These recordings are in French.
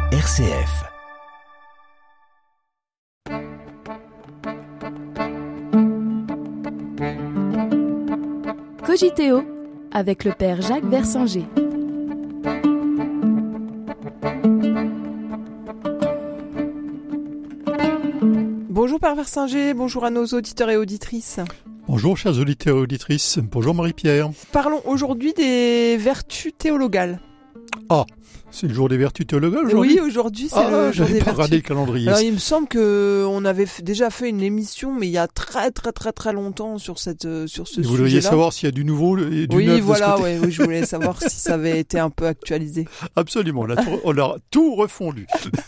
RCF. Cogiteo avec le père Jacques Versanger. Bonjour Père Versanger, bonjour à nos auditeurs et auditrices. Bonjour chers auditeurs et auditrices, bonjour Marie-Pierre. Parlons aujourd'hui des vertus théologales. Ah, c'est le jour des vertus théologales aujourd'hui ? Oui, aujourd'hui c'est le jour des j'avais pas vertus. regardé le calendrier. Alors il me semble qu'on avait déjà fait une émission, mais il y a très longtemps sur ce sujet-là. Vous devriez savoir s'il y a du nouveau et du oui, neuf voilà, de ce côté. oui, je voulais savoir si ça avait été un peu actualisé. Absolument, on a tout refondu.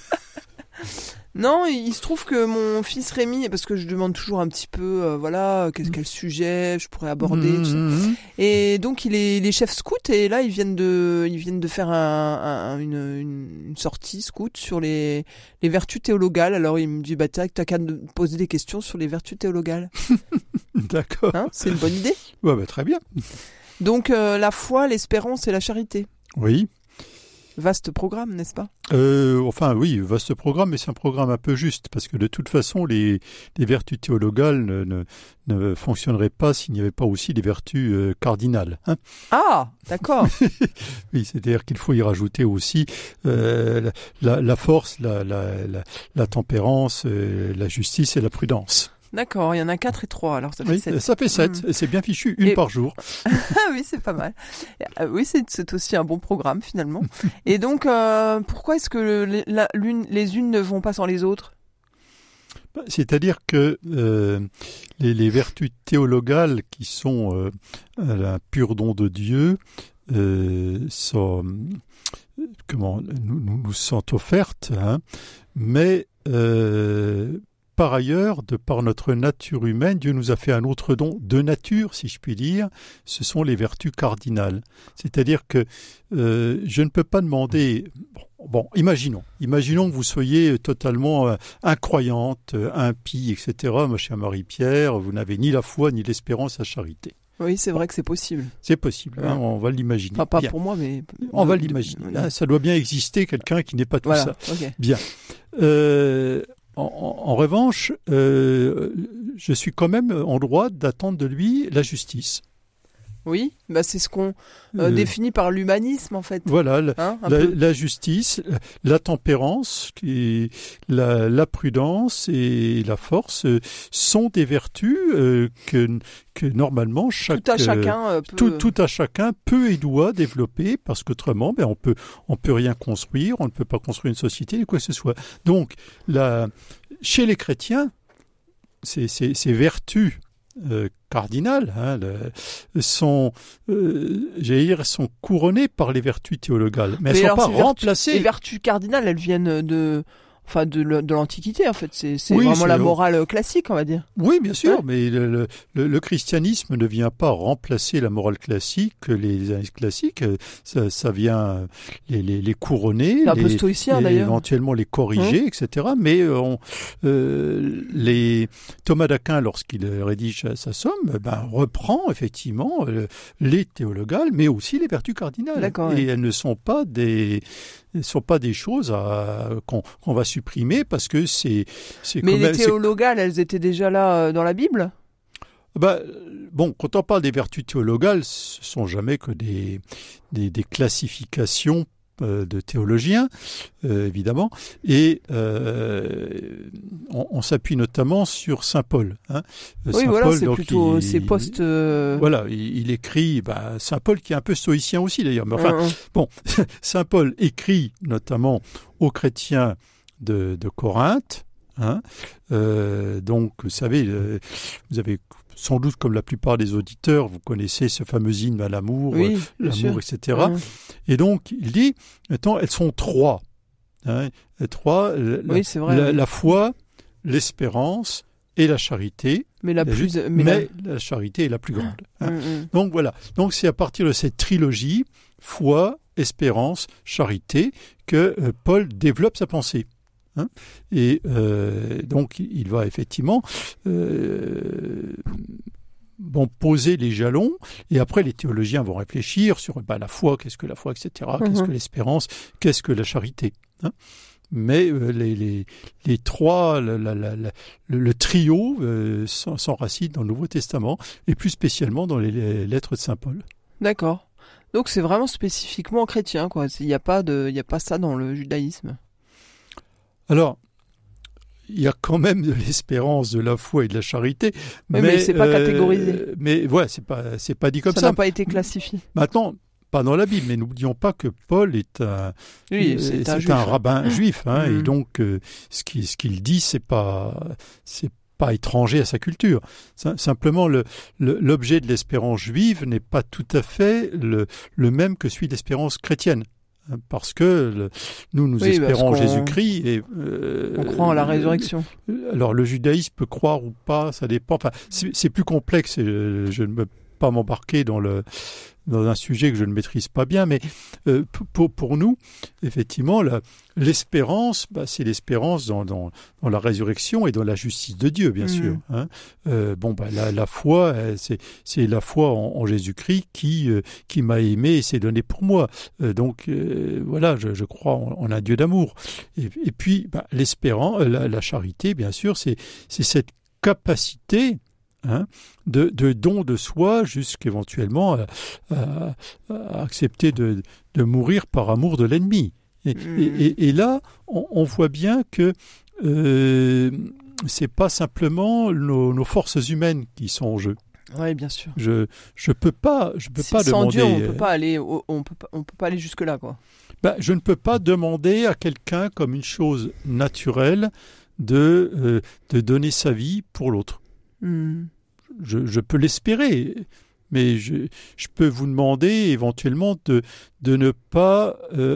Non, il se trouve que mon fils Rémi, parce que je demande toujours un petit peu, quel sujet je pourrais aborder, tout ça. Et donc il est chef scout et là ils viennent de faire une sortie scout sur les vertus théologales. Alors il me dit t'as qu'à me poser des questions sur les vertus théologales. D'accord. Hein, c'est une bonne idée. Ouais, très bien. Donc la foi, l'espérance et la charité. Oui. Vaste programme, n'est-ce pas ? Oui, vaste programme, mais c'est un programme un peu juste, parce que de toute façon, les vertus théologales ne fonctionneraient pas s'il n'y avait pas aussi les vertus cardinales. Hein. Ah, d'accord. Oui, c'est-à-dire qu'il faut y rajouter aussi la force, la tempérance, la justice et la prudence. D'accord, il y en a 4 et 3, alors ça fait 7. Ça fait 7, et c'est bien fichu, une par jour. Oui, c'est pas mal. Oui, c'est aussi un bon programme finalement. Et donc, pourquoi est-ce que les unes ne vont pas sans les autres ? C'est-à-dire que les vertus théologales qui sont un pur don de Dieu nous sont offertes, hein, mais par ailleurs, de par notre nature humaine, Dieu nous a fait un autre don de nature, si je puis dire, ce sont les vertus cardinales. C'est-à-dire que je ne peux pas demander... Imaginons que vous soyez totalement incroyante, impie, etc. Ma chère Marie-Pierre, vous n'avez ni la foi, ni l'espérance, la charité. Oui, c'est vrai que c'est possible. C'est possible, hein, on va l'imaginer. Enfin, pas bien. Pour moi, mais... On va l'imaginer. Hein, ça doit bien exister, quelqu'un qui n'est pas tout ça. Okay. Bien. En revanche, je suis quand même en droit d'attendre de lui la justice. Oui, c'est ce qu'on définit par l'humanisme en fait. Voilà, la justice, la tempérance, la prudence et la force sont des vertus que normalement tout à chacun peut et doit développer, parce qu'autrement on peut rien construire, on ne peut pas construire une société ni quoi que ce soit. Donc chez les chrétiens, ces vertus cardinales sont couronnées par les vertus théologales, mais elles ne sont pas remplacées. Les vertus cardinales, elles viennent de l'Antiquité, en fait. C'est vraiment la morale classique, on va dire. Oui, bien sûr, mais le christianisme ne vient pas remplacer la morale classique, les analyses classiques. Ça vient les couronner, un peu stoïcien, d'ailleurs. Éventuellement les corriger, etc. Mais Thomas d'Aquin, lorsqu'il rédige sa somme, reprend effectivement les théologales, mais aussi les vertus cardinales. D'accord, et elles ne sont pas des choses qu'on va supprimer, parce que c'est mais les théologales, elles étaient déjà là dans la Bible ? Quand on parle des vertus théologales, ce ne sont jamais que des classifications de théologiens, évidemment, et on s'appuie notamment sur Saint Paul. Hein. Paul, c'est plutôt ses postes... Voilà, il écrit, Saint Paul qui est un peu stoïcien aussi d'ailleurs, mais Saint Paul écrit notamment aux chrétiens de Corinthe, hein. Donc, vous savez, vous avez sans doute, comme la plupart des auditeurs, vous connaissez ce fameux hymne à l'amour, l'amour, etc. Et donc, il dit, elles sont trois. Hein, c'est vrai, la foi, l'espérance et la charité. Mais la charité est la plus grande. Hein. Donc voilà. Donc c'est à partir de cette trilogie, foi, espérance, charité, que Paul développe sa pensée. Hein, et donc il va effectivement poser les jalons, et après les théologiens vont réfléchir sur la foi, qu'est-ce que la foi, etc., qu'est-ce que l'espérance, qu'est-ce que la charité. Mais les trois, le trio s'enracine dans le Nouveau Testament, et plus spécialement dans les lettres de Saint Paul. D'accord. Donc c'est vraiment spécifiquement chrétien, quoi. Il n'y a pas ça dans le judaïsme. Alors, il y a quand même de l'espérance, de la foi et de la charité, mais c'est pas catégorisé. Mais ouais, c'est pas dit comme ça. Ça n'a pas été classifié. Maintenant, pas dans la Bible, mais n'oublions pas que Paul est un rabbin juif, et donc ce qu'il dit, c'est pas étranger à sa culture. Simplement, l'objet de l'espérance juive n'est pas tout à fait le même que celui de l'espérance chrétienne. Parce que nous espérons en Jésus-Christ et on croit en la résurrection. Alors le judaïsme peut croire ou pas, ça dépend. Enfin, c'est plus complexe. Je ne veux pas m'embarquer dans un sujet que je ne maîtrise pas bien, mais pour nous, effectivement, l'espérance, c'est l'espérance dans la résurrection et dans la justice de Dieu, bien sûr. La foi, c'est la foi en Jésus-Christ qui m'a aimé et s'est donné pour moi. Voilà, je crois en un Dieu d'amour. Et puis, l'espérance, la charité, bien sûr, c'est cette capacité de don de soi jusqu'éventuellement à accepter de mourir par amour de l'ennemi. Et là, on voit bien que c'est pas simplement nos forces humaines qui sont en jeu. Oui, bien sûr. Je peux pas sans demander. Dieu, on peut pas aller jusque là, quoi. Je ne peux pas demander à quelqu'un comme une chose naturelle de donner sa vie pour l'autre. Je peux l'espérer, mais je peux vous demander éventuellement de ne pas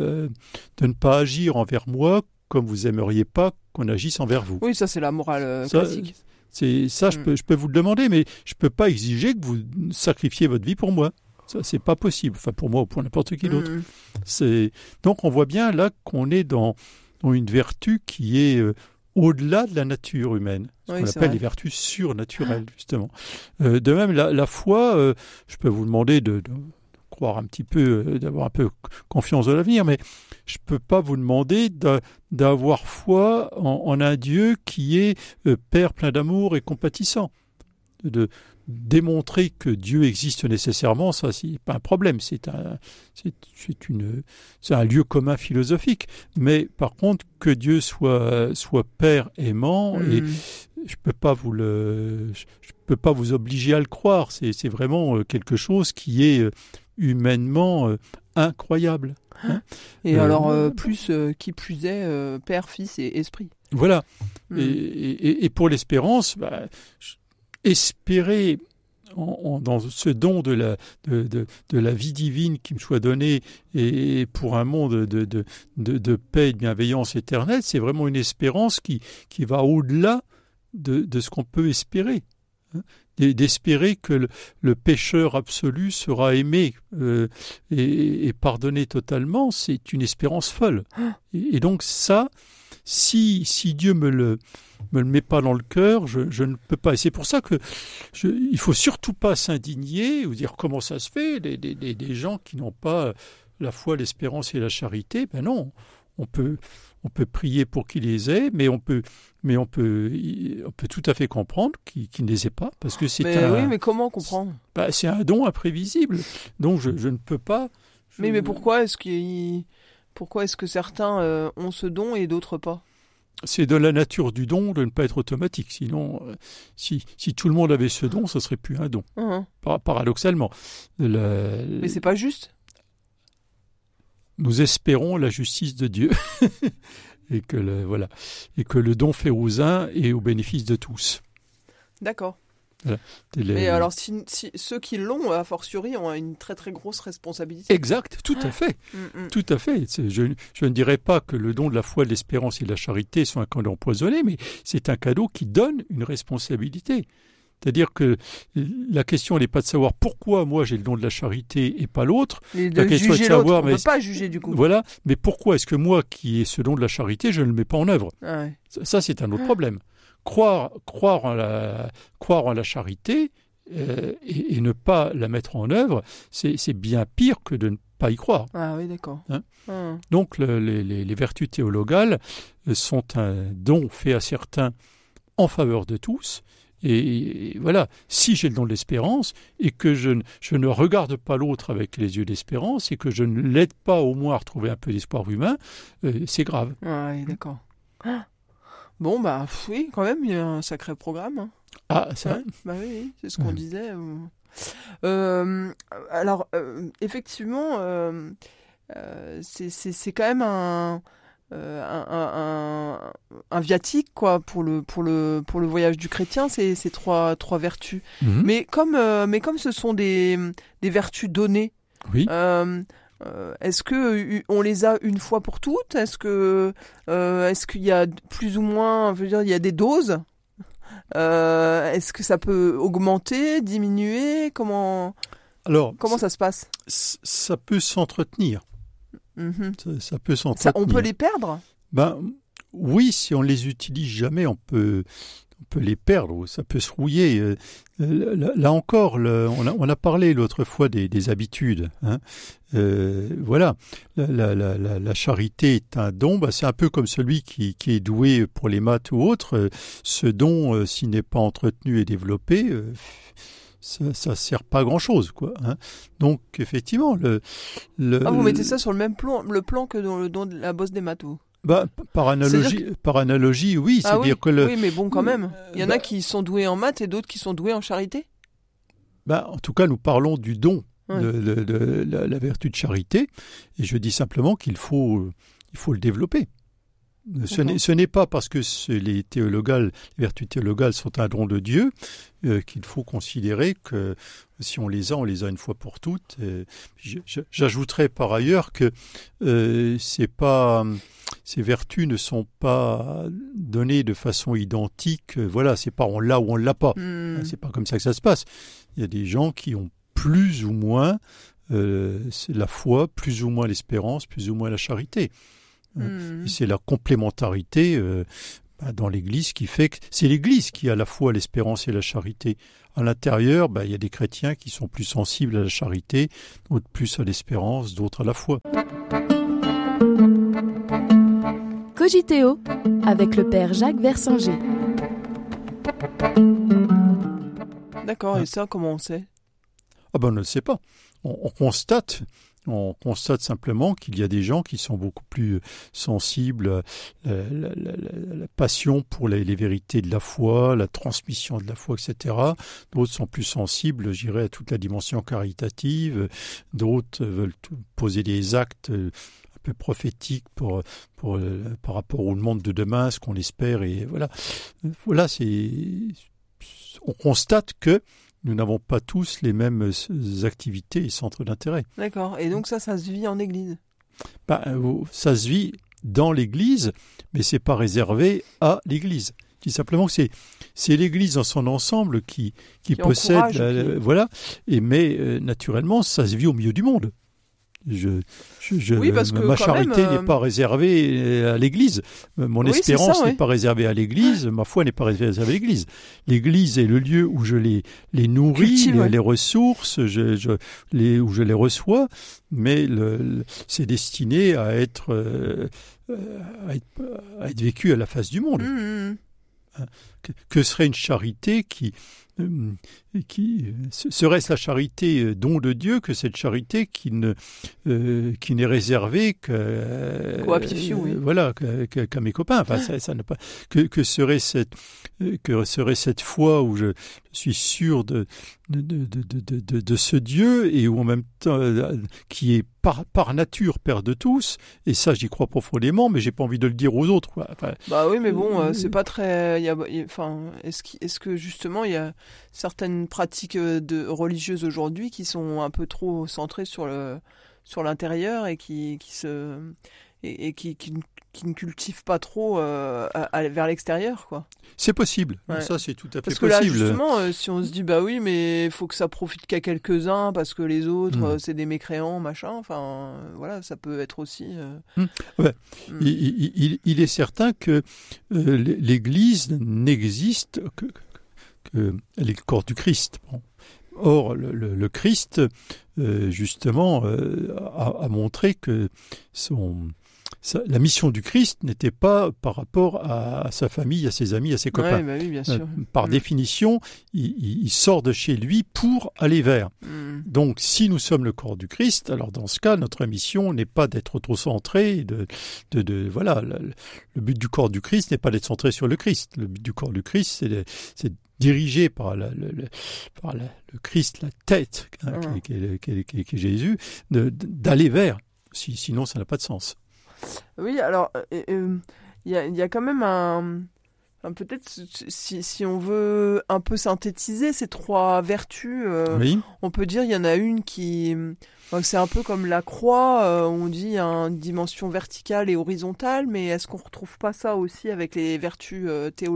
agir envers moi comme vous aimeriez pas qu'on agisse envers vous. Oui, ça c'est la morale classique. Je peux vous le demander, mais je peux pas exiger que vous sacrifiez votre vie pour moi. Ça, c'est pas possible. Enfin, pour moi ou pour n'importe qui d'autre. Donc, on voit bien là qu'on est dans une vertu qui est au-delà de la nature humaine, ce qu'on appelle les vertus surnaturelles, justement. De même, la foi, je peux vous demander de croire un petit peu, d'avoir un peu confiance dans l'avenir, mais je ne peux pas vous demander d'avoir foi en un Dieu qui est Père plein d'amour et compatissant. De démontrer que Dieu existe nécessairement, ça c'est pas un problème, c'est un lieu commun philosophique, mais par contre que Dieu soit Père aimant, et je peux pas vous obliger à le croire, c'est vraiment quelque chose qui est humainement incroyable. Et alors qui plus est Père, Fils et Esprit. Voilà. Et pour l'espérance, espérer dans ce don de la vie divine qui me soit donné et pour un monde de paix et de bienveillance éternelle, c'est vraiment une espérance qui va au-delà de ce qu'on peut espérer. D'espérer que le pécheur absolu sera aimé et pardonné totalement, c'est une espérance folle. Et donc ça, si Dieu me le met pas dans le cœur, je ne peux pas. Et c'est pour ça que il faut surtout pas s'indigner ou dire comment ça se fait, des gens qui n'ont pas la foi, l'espérance et la charité. Ben non, on peut prier pour qu'ils les aient, mais on peut tout à fait comprendre qu'ils ne les aient pas, parce que c'est oui, mais comment comprendre ? C'est un don imprévisible, donc je ne peux pas. Mais pourquoi est-ce que certains ont ce don et d'autres pas ? C'est de la nature du don de ne pas être automatique. Sinon, si tout le monde avait ce don, ce serait plus un don. Paradoxalement. Mais c'est pas juste. Nous espérons la justice de Dieu et que le don fait aux uns et au bénéfice de tous. D'accord. Voilà. Mais alors, si ceux qui l'ont, a fortiori, ont une très très grosse responsabilité. Exact, tout à fait. Tout à fait. Je ne dirais pas que le don de la foi, de l'espérance et de la charité sont un cadeau empoisonné, mais c'est un cadeau qui donne une responsabilité. C'est-à-dire que la question n'est pas de savoir pourquoi moi j'ai le don de la charité et pas l'autre. La question est de savoir, on ne peut pas juger du coup. Voilà, mais pourquoi est-ce que moi qui ai ce don de la charité, je ne le mets pas en œuvre ? Ça, c'est un autre problème. Croire en la charité, et ne pas la mettre en œuvre, c'est bien pire que de ne pas y croire. Ah oui, d'accord. Donc les vertus théologales sont un don fait à certains en faveur de tous. Et voilà, si j'ai le don de l'espérance et que je ne regarde pas l'autre avec les yeux d'espérance et que je ne l'aide pas au moins à retrouver un peu d'espoir humain, c'est grave. Ah oui, d'accord. Bon, bah oui, quand même, il y a un sacré programme. Hein. Ah, ça bah oui, c'est ce qu'on disait. Alors, effectivement, c'est quand même un viatique quoi pour le voyage du chrétien, ces trois vertus. Mais comme ce sont des vertus données, oui. Est-ce que on les a une fois pour toutes? Est-ce qu'il y a plus ou moins, je veux dire, il y a des doses? Est-ce que ça peut augmenter, diminuer? Comment ça se passe? Ça peut s'entretenir. Ça peut s'entretenir. On peut les perdre? Oui, si on les utilise jamais, on peut les perdre, ça peut se rouiller. Là encore, on a parlé l'autre fois des habitudes. Hein. Voilà, la charité est un don. C'est un peu comme celui qui est doué pour les maths ou autre. Ce don, s'il n'est pas entretenu et développé, ça sert pas à grand chose, quoi. Hein. Donc effectivement, vous mettez ça sur le même plan, que dans le don de la bosse des maths. Par analogie, oui. C'est-à-dire que oui, mais bon, quand même. Il y en a qui sont doués en maths et d'autres qui sont doués en charité. En tout cas, nous parlons du don de la vertu de charité. Et je dis simplement qu'il faut le développer. Ce n'est pas parce que les vertus théologales sont un don de Dieu qu'il faut considérer que si on les a une fois pour toutes. J'ajouterais par ailleurs que ces vertus ne sont pas données de façon identique. Voilà, c'est pas on l'a ou on l'a pas. C'est pas comme ça que ça se passe. Il y a des gens qui ont plus ou moins la foi, plus ou moins l'espérance, plus ou moins la charité. Et c'est la complémentarité dans l'Église qui fait que c'est l'Église qui a à la fois l'espérance et la charité. À l'intérieur, il y a des chrétiens qui sont plus sensibles à la charité, d'autres plus à l'espérance, d'autres à la foi. Cogiteo avec le Père Jacques Versinger. D'accord, et ça, comment on sait? On ne le sait pas. On constate simplement qu'il y a des gens qui sont beaucoup plus sensibles à la passion pour les vérités de la foi, la transmission de la foi, etc. D'autres sont plus sensibles, je dirais, à toute la dimension caritative. D'autres veulent poser des actes un peu prophétiques par rapport au monde de demain, ce qu'on espère. Et voilà, on constate que nous n'avons pas tous les mêmes activités et centres d'intérêt. D'accord. Et donc ça se vit en Église? Ça se vit dans l'Église, mais c'est pas réservé à l'Église. Je dis simplement que c'est l'Église dans son ensemble qui possède... Voilà. Mais naturellement, ça se vit au milieu du monde. Oui, parce que ma charité n'est pas réservée à l'Église. Mon espérance n'est pas réservée à l'Église. Ma foi n'est pas réservée à l'Église. L'Église est le lieu où je les nourris, les ressources, où je les reçois, mais c'est destiné à être vécu à la face du monde. Que serait une charité qui serait-ce la charité don de Dieu que cette charité qui n'est réservée qu'à mes copains. Ça n'a pas que serait cette foi où je suis sûr de ce Dieu et où en même temps qui est par nature Père de tous, et ça j'y crois profondément, mais j'ai pas envie de le dire aux autres, quoi. Oui, mais bon, c'est pas très. Est-ce que justement il y a certaines pratiques religieuses aujourd'hui qui sont un peu trop centrées sur l'intérieur et qui ne cultivent pas trop vers l'extérieur, quoi. C'est possible. Ouais. Ça, c'est tout à fait possible. Parce que là, justement, si on se dit, oui, mais il faut que ça profite qu'à quelques-uns parce que les autres, c'est des mécréants, machin. Enfin, voilà, ça peut être aussi... Il est certain que l'Église n'existe que elle est le corps du Christ. Bon. Or, le Christ, justement, a montré que la mission du Christ n'était pas par rapport à sa famille, à ses amis, à ses copains. Ouais, bah oui, bien sûr. Par définition, il sort de chez lui pour aller vers. Donc, si nous sommes le corps du Christ, alors dans ce cas, notre mission n'est pas d'être autocentré. Voilà, le but du corps du Christ n'est pas d'être centré sur le Christ. Le but du corps du Christ, c'est dirigé par le Christ, la tête, qui est Jésus, d'aller vers. Sinon, ça n'a pas de sens. Oui, alors, il y a quand même peut-être, si on veut un peu synthétiser ces trois vertus, oui. On peut dire il y en a une c'est un peu comme la croix, on dit il y a une dimension verticale et horizontale, mais est-ce qu'on ne retrouve pas ça aussi avec les vertus théologales ?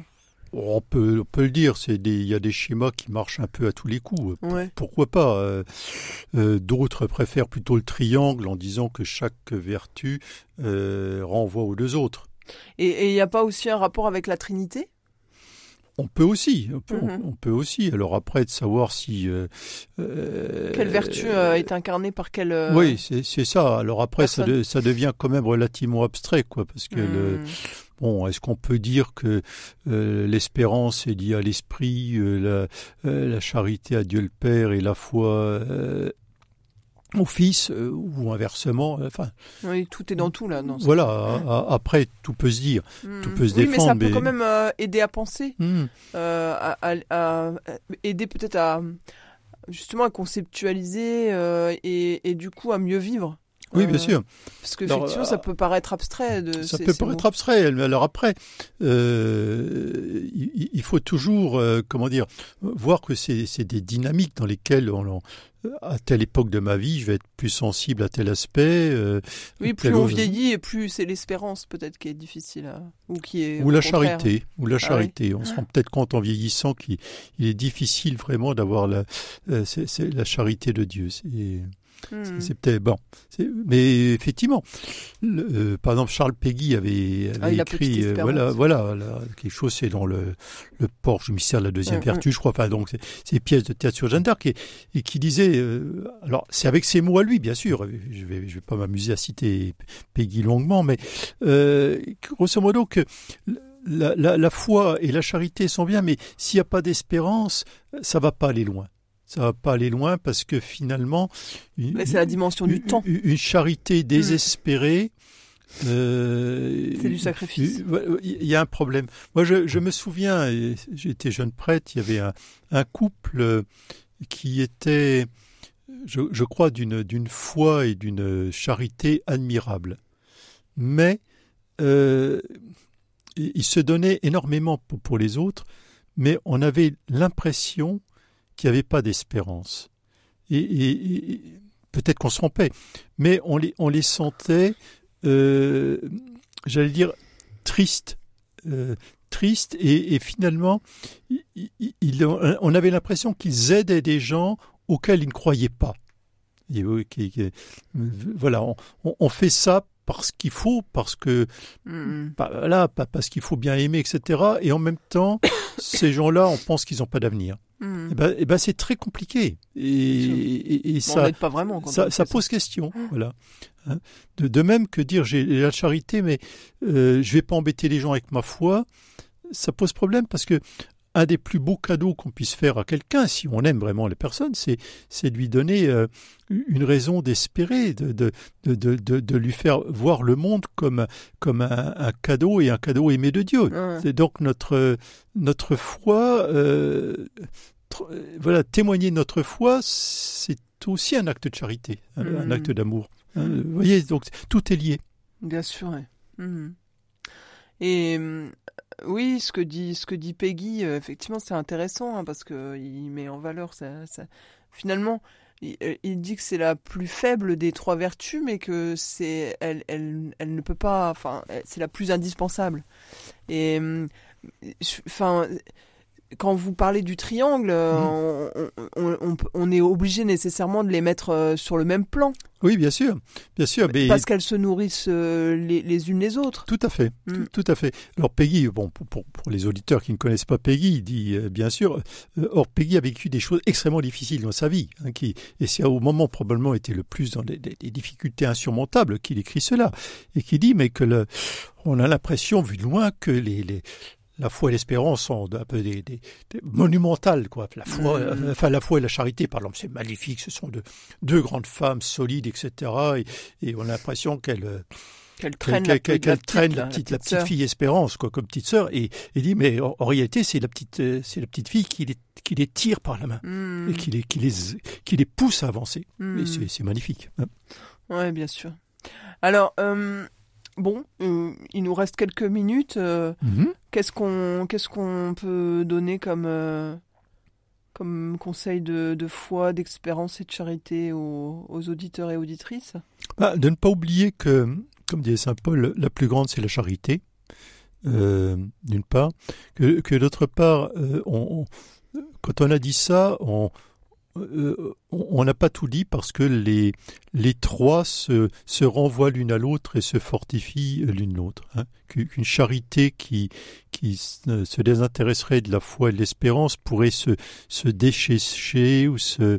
On peut le dire, il y a des schémas qui marchent un peu à tous les coups. Ouais. Pourquoi pas d'autres préfèrent plutôt le triangle en disant que chaque vertu renvoie aux deux autres. Et il n'y a pas aussi un rapport avec la Trinité ? On peut aussi. Alors après, de savoir si... quelle vertu est incarnée par quelle... Oui, c'est ça. Alors après, ça devient quand même relativement abstrait, quoi, parce que est-ce qu'on peut dire que l'espérance est liée à l'esprit, la charité à Dieu le Père et la foi au Fils, ou inversement, oui, tout est dans tout, là. Voilà, après, tout peut se dire, tout peut se défendre. Oui, mais ça peut quand même aider à penser, à aider peut-être justement à conceptualiser et du coup à mieux vivre. Oui, bien sûr. Parce qu'effectivement, ça peut paraître abstrait. Paraître abstrait. Alors après, il faut toujours, voir que c'est des dynamiques dans lesquelles à telle époque de ma vie, je vais être plus sensible à tel aspect. Oui, plus on vieillit et plus c'est l'espérance peut-être qui est difficile ou la charité. On se rend peut-être compte en vieillissant qu'il est difficile vraiment d'avoir la charité de Dieu. C'est peut-être bon. Mais effectivement, par exemple, Charles Péguy avait écrit quelque chose, c'est dans le Porche du mystère de la deuxième vertu, je crois. Enfin, donc c'est une pièce de théâtre sur Jeanne d'Arc et qui disait, alors c'est avec ses mots à lui, bien sûr. Je vais pas m'amuser à citer Péguy longuement, mais grosso modo que la foi et la charité sont bien, mais s'il n'y a pas d'espérance, ça va pas aller loin. Ça va pas aller loin parce que finalement... c'est la dimension du temps. Une charité désespérée... c'est du sacrifice. Il y a un problème. Moi, je me souviens, j'étais jeune prêtre, il y avait un couple qui était, je crois, d'une foi et d'une charité admirable. Mais il se donnait énormément pour les autres, mais on avait l'impression qu'il n'y avait pas d'espérance. Et peut-être qu'on se trompait, mais on les sentait, j'allais dire, tristes. Et finalement, on avait l'impression qu'ils aidaient des gens auxquels ils ne croyaient pas. Voilà, on fait ça parce qu'il faut, parce que parce qu'il faut bien aimer, etc. Et en même temps, ces gens-là, on pense qu'ils n'ont pas d'avenir. Et ben c'est très compliqué et ça n'aide pas vraiment ça pose question, voilà. De même que dire j'ai la charité mais je vais pas embêter les gens avec ma foi, ça pose problème parce que un des plus beaux cadeaux qu'on puisse faire à quelqu'un, si on aime vraiment les personnes, c'est de lui donner une raison d'espérer, de lui faire voir le monde comme un cadeau et un cadeau aimé de Dieu. C'est donc notre foi, témoigner de notre foi, c'est aussi un acte de charité, un acte d'amour. Vous voyez, donc tout est lié. Bien sûr, oui. Et oui, ce que dit Péguy, effectivement, c'est intéressant parce que il met en valeur ça. Finalement, il dit que c'est la plus faible des trois vertus, mais que elle ne peut pas. Enfin, c'est la plus indispensable. Et quand vous parlez du triangle, on est obligé nécessairement de les mettre sur le même plan. Oui, bien sûr. Mais... Parce qu'elles se nourrissent les unes les autres. Tout à fait, tout à fait. Alors Peggy, bon, pour les auditeurs qui ne connaissent pas Peggy, il dit bien sûr, or Peggy a vécu des choses extrêmement difficiles dans sa vie, hein, et c'est au moment probablement était le plus dans des difficultés insurmontables qu'il écrit cela, et qui dit mais que on a l'impression, vu de loin, que la foi et l'espérance sont un peu des monumentales, quoi. La foi et la charité, par exemple, c'est magnifique. Ce sont deux grandes femmes solides, etc. Et on a l'impression qu'elles traînent la petite fille Espérance, quoi, comme petite sœur. Et dit, mais en réalité, c'est la petite fille qui les tire par la main et qui les pousse à avancer. Et c'est magnifique. Hein. Ouais, bien sûr. Alors. Bon, il nous reste quelques minutes. Qu'est-ce qu'on peut donner comme conseil de foi, d'espérance et de charité aux auditeurs et auditrices ? De ne pas oublier que, comme disait saint Paul, la plus grande c'est la charité, d'une part, que d'autre part, quand on a dit ça, on n'a pas tout dit parce que les trois se renvoient l'une à l'autre et se fortifient l'une l'autre. Hein. Qu'une charité qui se désintéresserait de la foi et de l'espérance pourrait se déchécher ou se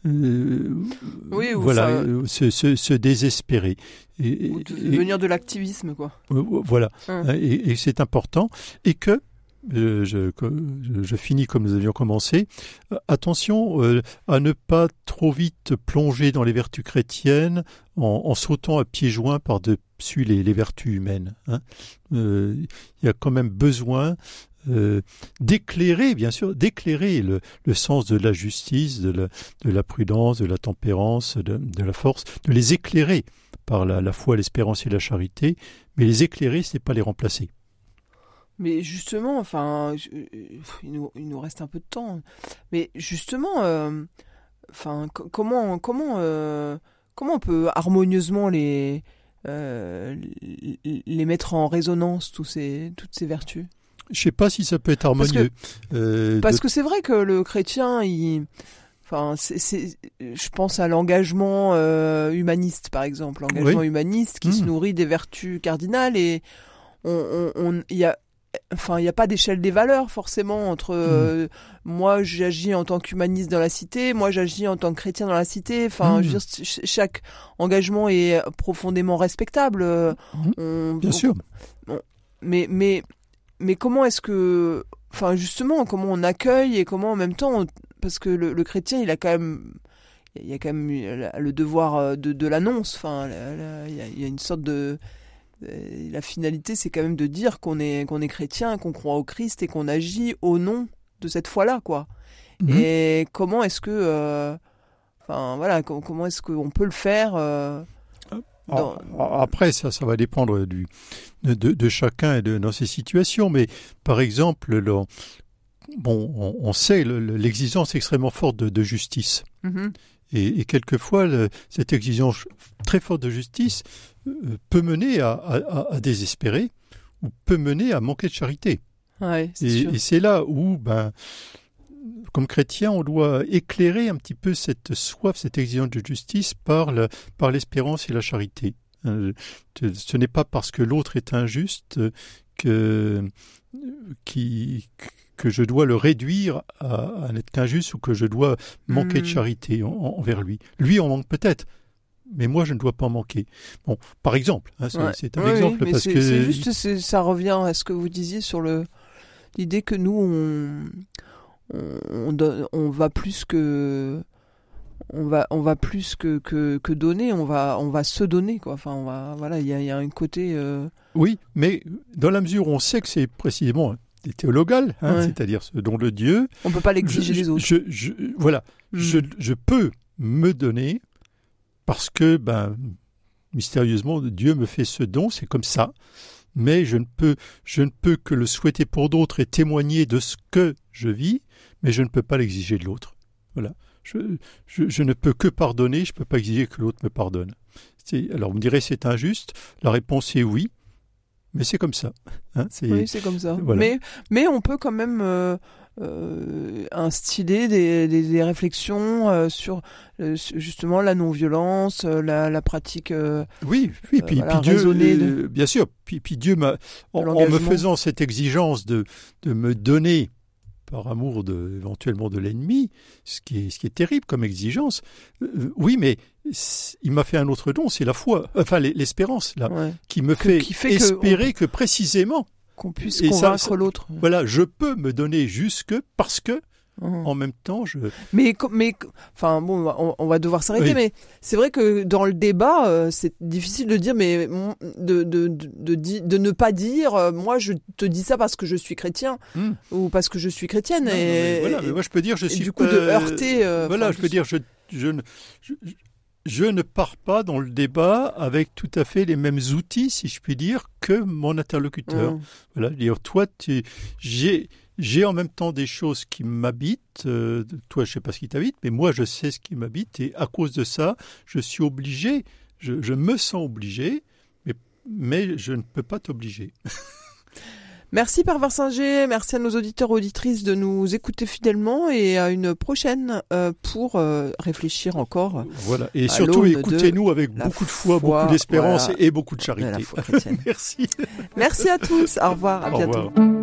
désespérer. Ou devenir de l'activisme, quoi. Voilà. Et c'est important. Et que je finis comme nous avions commencé. Attention à ne pas trop vite plonger dans les vertus chrétiennes en sautant à pieds joints par-dessus les vertus humaines. Hein. Il y a quand même besoin d'éclairer le sens de la justice, de la prudence, de la tempérance, de la force, de les éclairer par la foi, l'espérance et la charité, mais les éclairer, ce n'est pas les remplacer. Mais justement, enfin, il nous reste un peu de temps. Mais justement, comment on peut harmonieusement les mettre en résonance toutes ces vertus ? Je sais pas si ça peut être harmonieux. Parce que c'est vrai que le chrétien, je pense à l'engagement humaniste, par exemple, humaniste qui se nourrit des vertus cardinales et il n'y a pas d'échelle des valeurs forcément entre moi j'agis en tant qu'humaniste dans la cité, moi j'agis en tant que chrétien dans la cité. Je veux dire, chaque engagement est profondément respectable. Bien sûr. Mais comment est-ce que, justement, comment on accueille et comment en même temps, parce que le chrétien il y a quand même le devoir de l'annonce. Il y a une sorte de la finalité, c'est quand même de dire qu'on est chrétien, qu'on croit au Christ et qu'on agit au nom de cette foi-là, quoi. Et comment est-ce que, comment est-ce qu'on peut le faire Après, ça va dépendre de chacun et dans ses situations. Mais par exemple, on sait l'exigence extrêmement forte de justice. Et quelquefois, cette exigence très forte de justice peut mener à désespérer ou peut mener à manquer de charité. Ouais, et c'est là où, comme chrétien, on doit éclairer un petit peu cette soif, cette exigence de justice par l'espérance et la charité. Ce n'est pas parce que l'autre est injuste que je dois le réduire à n'être qu'injuste ou que je dois manquer de charité envers lui. Lui en manque peut-être, mais moi je ne dois pas en manquer. Bon, par exemple, c'est un exemple mais parce c'est, que c'est juste, ça revient à ce que vous disiez sur l'idée que nous on va plus que donner, on va se donner, quoi. Il y a un côté. Oui, mais dans la mesure où on sait que c'est précisément théologal, c'est-à-dire ce don de Dieu. On ne peut pas l'exiger des autres. Je peux me donner parce que, mystérieusement, Dieu me fait ce don, c'est comme ça, mais je ne peux que le souhaiter pour d'autres et témoigner de ce que je vis, mais je ne peux pas l'exiger de l'autre. Voilà. Je ne peux que pardonner, je ne peux pas exiger que l'autre me pardonne. Alors, on me dirait c'est injuste. La réponse est oui. Mais c'est comme ça. Oui, c'est comme ça. Voilà. Mais on peut quand même instiller des réflexions sur justement la non-violence, la pratique. Oui, puis Dieu, bien sûr, puis Dieu m'a, en me faisant cette exigence de me donner par amour éventuellement de l'ennemi, ce qui est terrible comme exigence. Oui, mais il m'a fait un autre don, c'est la foi, enfin l'espérance là, qui me fait espérer que précisément qu'on puisse convaincre l'autre. Voilà, je peux me donner jusque parce que en même temps, Mais, enfin bon, on va devoir s'arrêter. Oui. Mais c'est vrai que dans le débat, c'est difficile de dire, mais de ne pas dire, moi je te dis ça parce que je suis chrétien ou parce que je suis chrétienne. Non, mais moi je peux dire, je suis du coup de heurter. Voilà, je peux dire, je ne pars pas dans le débat avec tout à fait les mêmes outils, si je puis dire, que mon interlocuteur. Voilà, dire toi, j'ai en même temps des choses qui m'habitent. Toi, je ne sais pas ce qui t'habite, mais moi, je sais ce qui m'habite. Et à cause de ça, je suis obligé, je me sens obligé, mais je ne peux pas t'obliger. Merci Père Versinger, merci à nos auditeurs et auditrices de nous écouter fidèlement et à une prochaine pour réfléchir encore. Voilà, et surtout écoutez-nous avec beaucoup de foi, beaucoup d'espérance et beaucoup de charité. De la foi chrétienne. Merci. Merci à tous, au revoir, à bientôt. Revoir.